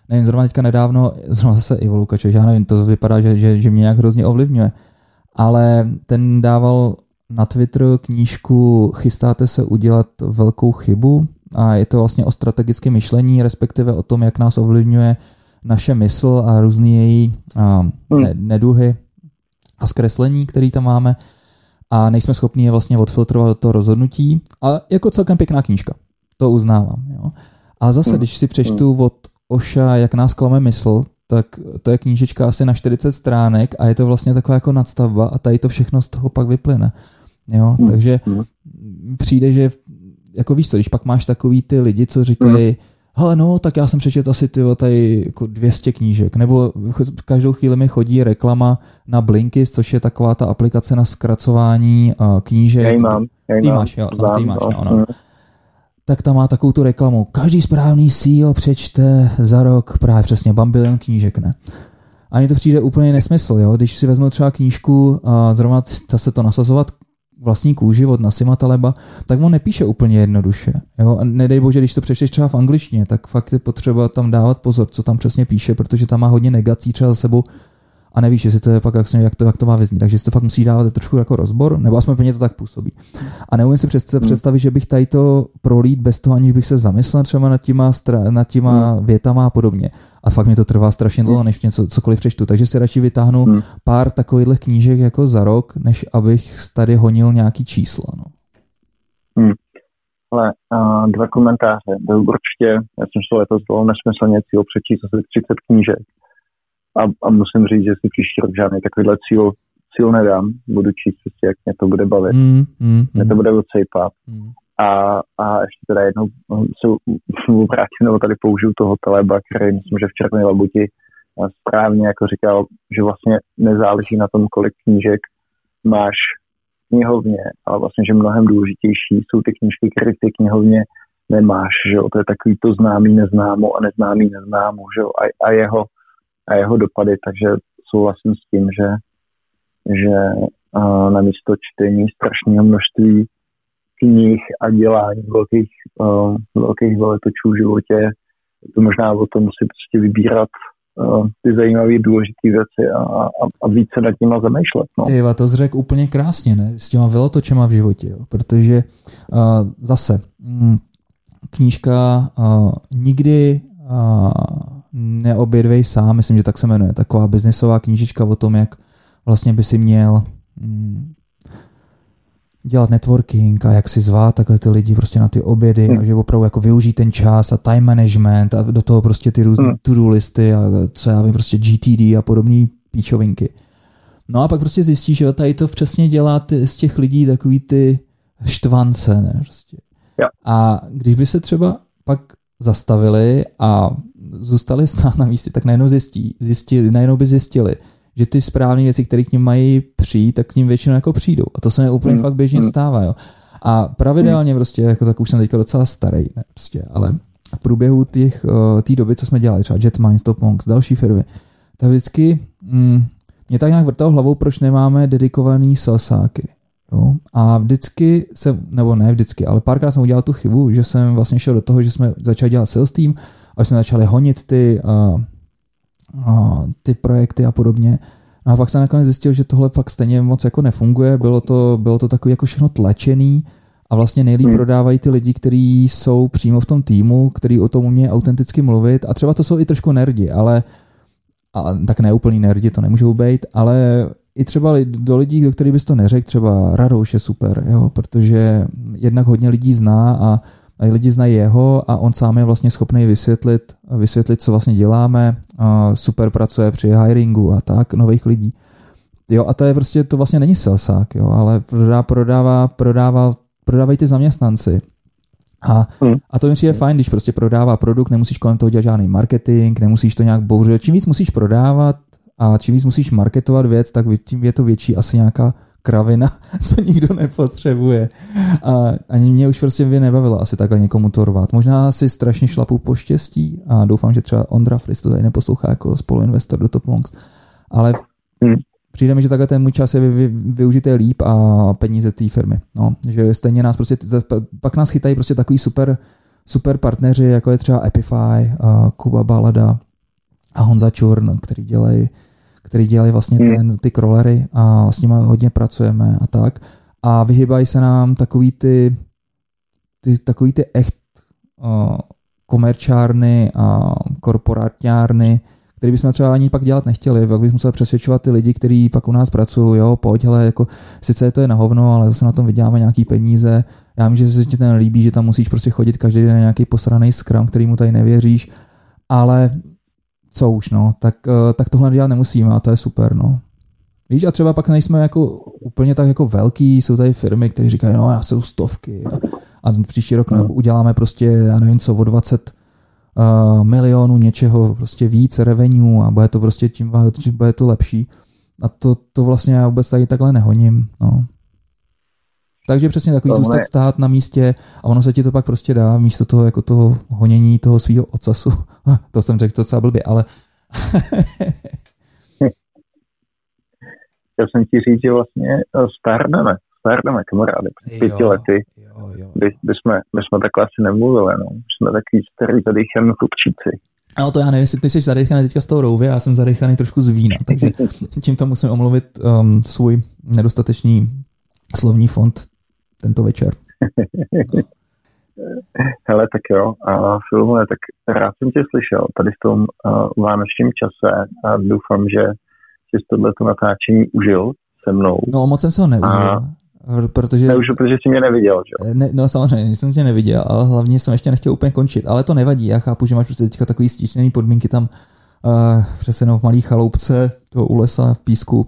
S1: nevím, zrovna teďka nedávno, zrovna zase Ivo Lukačevič, já nevím, to vypadá, že mě nějak hrozně ovlivňuje, ale ten dával na Twitter knížku Chystáte se udělat velkou chybu a je to vlastně o strategickém myšlení, respektive o tom, jak nás ovlivňuje naše mysl a různý její neduhy a zkreslení, který tam máme a nejsme schopni je vlastně odfiltrovat do toho rozhodnutí. A jako celkem pěkná knížka, to uznávám. Jo. A zase, když si přečtu od Osha, jak nás klame mysl, tak to je knížečka asi na 40 stránek a je to vlastně taková jako nadstavba a tady to všechno z toho pak vyplyne. Jo, takže přijde, že jako víš co, když pak máš takový ty lidi, co říkají, hele no, tak já jsem přečetl asi tady jako 200 knížek, nebo každou chvíli mi chodí reklama na Blinkist, což je taková ta aplikace na zkracování knížek.
S2: Já ji mám.
S1: Ty máš, no. Tak tam má takovou tu reklamu. Každý správný CEO přečte za rok právě přesně bambilion knížek, ne? A mně to přijde úplně nesmysl, jo? Když si vezmu třeba knížku zrovna se to nasazovat vlastní kůži od Nassima Taleba, tak on nepíše úplně jednoduše. Jo? A nedej bože, když to přečteš třeba v angličtině, tak fakt je potřeba tam dávat pozor, co tam přesně píše, protože tam má hodně negací třeba za sebou a nevíš, jestli to je pak jak to má vyznít. Takže si to fakt musí dávat trošku jako rozbor, nebo aspoň pro mě to tak působí. A neumím si představit, že bych tady to prolít bez toho, aniž bych se zamyslel třeba nad těma větama a podobně. A fakt mi to trvá strašně dlouho, než něco cokoliv přečtu. Takže si radši vytáhnu pár takových knížek jako za rok, než abych tady honil nějaký čísla. No.
S2: Ale 2 komentáře. Určitě, já jsem se letos dalo nesmyslně cíl přečíst asi 30 knížek. A musím říct, že si příští rok žádný takovýhle cíl nedám. Budu číst, jak mě to bude bavit. Mě to bude odsejpat. A ještě teda jednou se obrátím, nebo tady použiju toho Taleba, který myslím, že v Červené labuti správně jako říkal, že vlastně nezáleží na tom, kolik knížek máš v knihovně, ale vlastně, že mnohem důležitější jsou ty knížky, které v té knihovně nemáš, že jo? To je takový to známý neznámo a neznámý neznámo, že jo? A jeho dopady, takže souhlasím s tím, že namísto čtení strašného množství knih a dělání velkých veletočů v životě, to možná o tom si prostě vybírat ty zajímavé důležité věci a více nad nima zamýšlet. No.
S1: Tyva, to jsi řekl úplně krásně, ne? S těma velotočema v životě, jo? Protože zase knížka nikdy neobědvej sám, myslím, že tak se jmenuje, taková biznisová knížička o tom, jak vlastně by si měl dělat networking a jak si zvát takhle ty lidi prostě na ty obědy a že opravdu jako využít ten čas a time management a do toho prostě ty různé to-do listy a co já vím, prostě GTD a podobné píčovinky. No a pak prostě zjistíš, že tady to přesně dělá z těch lidí takový ty štvance, ne? Prostě.
S2: Ja.
S1: A když by se třeba pak zastavili a zůstali stát na místě, tak najednou by zjistili, že ty správné věci, které k nim mají přijít, tak k ním většinou jako přijdou. A to se mi úplně fakt běžně stává. Jo. A pravidelně prostě, jako tak už jsem teďka docela starý, ne, prostě, ale v průběhu té doby, co jsme dělali, třeba Jetminds, Topmonks, další firmy, tak vždycky mě tak nějak vrtalo hlavou, proč nemáme dedikovaný salesáky. Jo. A vždycky nebo ne vždycky, ale párkrát jsem udělal tu chybu, že jsem vlastně šel do toho, že jsme začali dělat sales team a jsme začali honit ty projekty a podobně. A pak jsem nakonec zjistil, že tohle fakt stejně moc jako nefunguje. Bylo to takový jako všechno tlačený a vlastně nejlíp prodávají ty lidi, kteří jsou přímo v tom týmu, kteří o tom umějí autenticky mluvit. A třeba to jsou i trošku nerdi, ale tak ne úplný nerdi, to nemůžou být, ale i třeba do lidí, do kterých bys to neřekl, třeba Rarouš je super, jo, protože jednak hodně lidí zná a lidi znají jeho a on sám je vlastně schopný vysvětlit, co vlastně děláme, super pracuje při hiringu a tak, nových lidí. Jo, a to je prostě, to vlastně není salesák, jo, ale prodávají ty zaměstnanci. A to mi přijde fajn, když prostě prodává produkt, nemusíš kolem toho dělat žádný marketing, nemusíš to nějak bouřit. Čím víc musíš prodávat a čím víc musíš marketovat věc, tak tím je to větší asi nějaká kravina, co nikdo nepotřebuje. A ani mě už prostě by nebavilo asi takhle někomu to rvat. Možná si strašně šlapu po štěstí a doufám, že třeba Ondra Fris to tady neposlouchá jako spoluinvestor do Topmonks. Ale přijde mi, že takhle ten můj čas je využité líp a peníze té firmy. No, že stejně nás prostě, pak nás chytají prostě takový super partneři, jako je třeba Epify, Kuba Balada, a Honza Čurn, který dělají vlastně ty crawlery a s nimi hodně pracujeme a tak. A vyhýbají se nám takový ty echt komerčárny a korporátňárny, který bychom třeba ani pak dělat nechtěli, pak bychom museli přesvědčovat ty lidi, kteří pak u nás pracují, jo, pojď, hele, jako, sice to je na hovno, ale zase na tom vyděláme nějaký peníze, já vím, že se ti to nelíbí, že tam musíš prostě chodit každý den na nějaký posranej Scrum, který mu tady nevěříš, ale co už, no, tak tohle dělat nemusíme a to je super, no. Víš, a třeba pak nejsme jako úplně tak jako velký, jsou tady firmy, které říkají, no, já jsou stovky a příští rok uděláme prostě, já nevím co, o 20 milionů něčeho, prostě víc revenue a bude to prostě tím bude to lepší. A to vlastně já vůbec tady takhle nehoním, no. Takže přesně takový zůstat stát na místě a ono se ti to pak prostě dá místo toho jako toho honění toho svýho ocasu. To jsem řekl docela blbě, ale
S2: chtěl jsem ti říct, že vlastně stárneme kamarády. Před 5 lety. My jsme takhle asi nemluvili, no. Jsme takový starý zadýchaný chlupčíci.
S1: No to já nevím, jestli ty jsi zadýchaný teďka z toho rouvě, já jsem zadýchaný trošku z vína, takže tímto musím omluvit svůj nedostatečný slovní fond tento večer.
S2: Hele, tak jo, Filmové, tak rád jsem tě slyšel tady v tom vánočním čase a doufám, že jsi tohleto natáčení užil se mnou.
S1: No moc jsem se ho neužil. Protože
S2: jsi mě neviděl, že?
S1: No samozřejmě, jsem tě neviděl, ale hlavně jsem ještě nechtěl úplně končit, ale to nevadí, já chápu, že máš prostě teďka takový stíšený podmínky tam přesně v malý chaloupce, toho u lesa v písku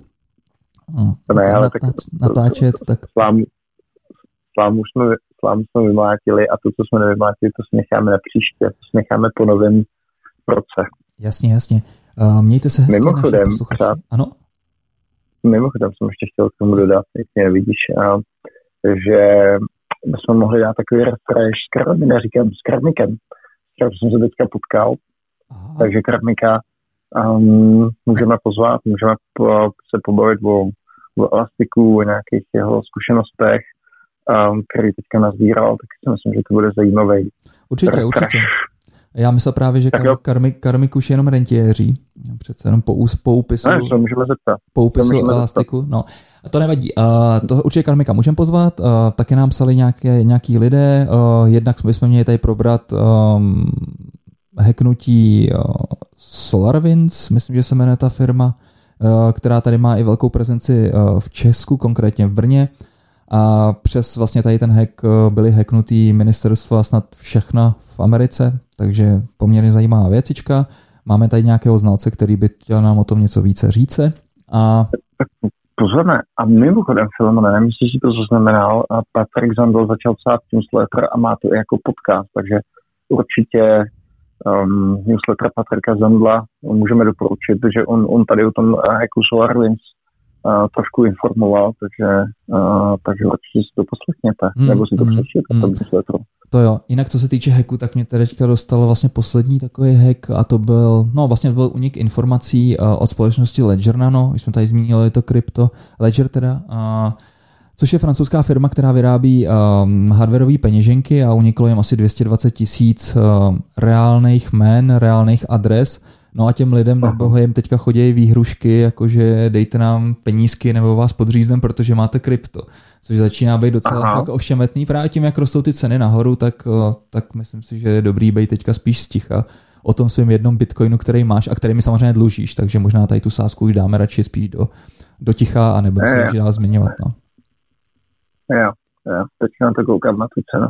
S1: natáčet.
S2: Slámu jsme vymlátili a to, co jsme nevymlátili, to si necháme na příště, to si necháme po novém roce.
S1: Jasně. Mějte se hezky.
S2: Mimochodem,
S1: ano?
S2: Mimochodem jsem ještě chtěl k tomu dodat, jak mě nevidíš, že bychom mohli dát takový refresh s Kravmikem. Já jsem se teďka potkal, takže Kravmika můžeme pozvat, můžeme se pobavit o elastiku, o nějakých jeho zkušenostech, který teďka nazbíral, tak si myslím, že to bude zajímavý.
S1: Určitě. Já myslel právě, že Karmik už jenom rentiéří. Přece jenom po úpisu.
S2: Ne, to můžeme zeptat.
S1: Po úpisu elastiku. No, to nevadí. To určitě Karmika můžeme pozvat. Také nám psali nějaký lidé. Jednak jsme měli tady probrat hacknutí SolarWinds, myslím, že se jmenuje ta firma, která tady má i velkou prezenci v Česku, konkrétně v Brně. A přes vlastně tady ten hack byly hacknutý ministerstva snad všechna v Americe, takže poměrně zajímavá věcička. Máme tady nějakého znalce, který by chtěl nám o tom něco více říce.
S2: Pozorné. A mimochodem, Filemone, nemyslíš si to zaznamenal, a Patrik Zandl začal psát newsletter a má to i jako podcast, takže určitě newsletter Patrika Zandla můžeme doporučit, že on tady o tom hacku SolarWinds trošku informoval, takže určitě si to poslechněte, nebo si to přečtěte.
S1: To jo, jinak co se týče hacku, tak mě teďka dostal vlastně poslední takový hack a to byl únik informací od společnosti Ledger Nano, už jsme tady zmínili to krypto, Ledger teda, což je francouzská firma, která vyrábí hardwareové peněženky a uniklo jim asi 220 000 reálných jmen, reálných adres. No a těm lidem nebo jim teďka chodí výhrušky, jakože dejte nám penízky nebo vás podřízneme, protože máte krypto. Což začíná být docela tak ošemetný. Právě tím, jak rostou ty ceny nahoru, tak myslím si, že je dobrý být teďka spíš sticha o tom svým jednom bitcoinu, který máš a který mi samozřejmě dlužíš, takže možná tady tu sázku už dáme radši spíš do ticha a nebudeme se už dál zmiňovat. No.
S2: Jo, teďka na to koukám na tu cenu.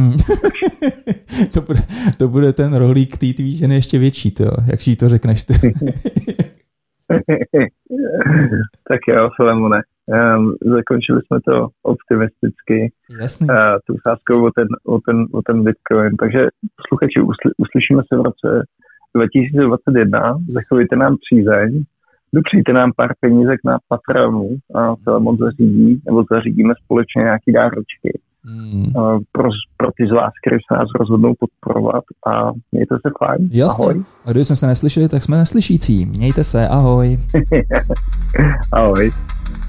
S1: To bude ten rohlík té tvý ženy ještě větší, to, jak si to řekneš ty.
S2: Tak jo, Filemone. Zakončili jsme to optimisticky.
S1: Jasný.
S2: Tu sázkou o ten Bitcoin. Takže posluchači, uslyšíme se v roce 2021. Zachovejte nám přízeň. Dopřejte nám pár penízek na Patreonu a Filemon zařídíme společně nějaký dárečky. Pro ty z vás, kteří se nás rozhodnou podporovat a mějte se fajn.
S1: Jasně. Ahoj. A když jsme se neslyšeli, tak jsme neslyšící. Mějte se, ahoj.
S2: Ahoj.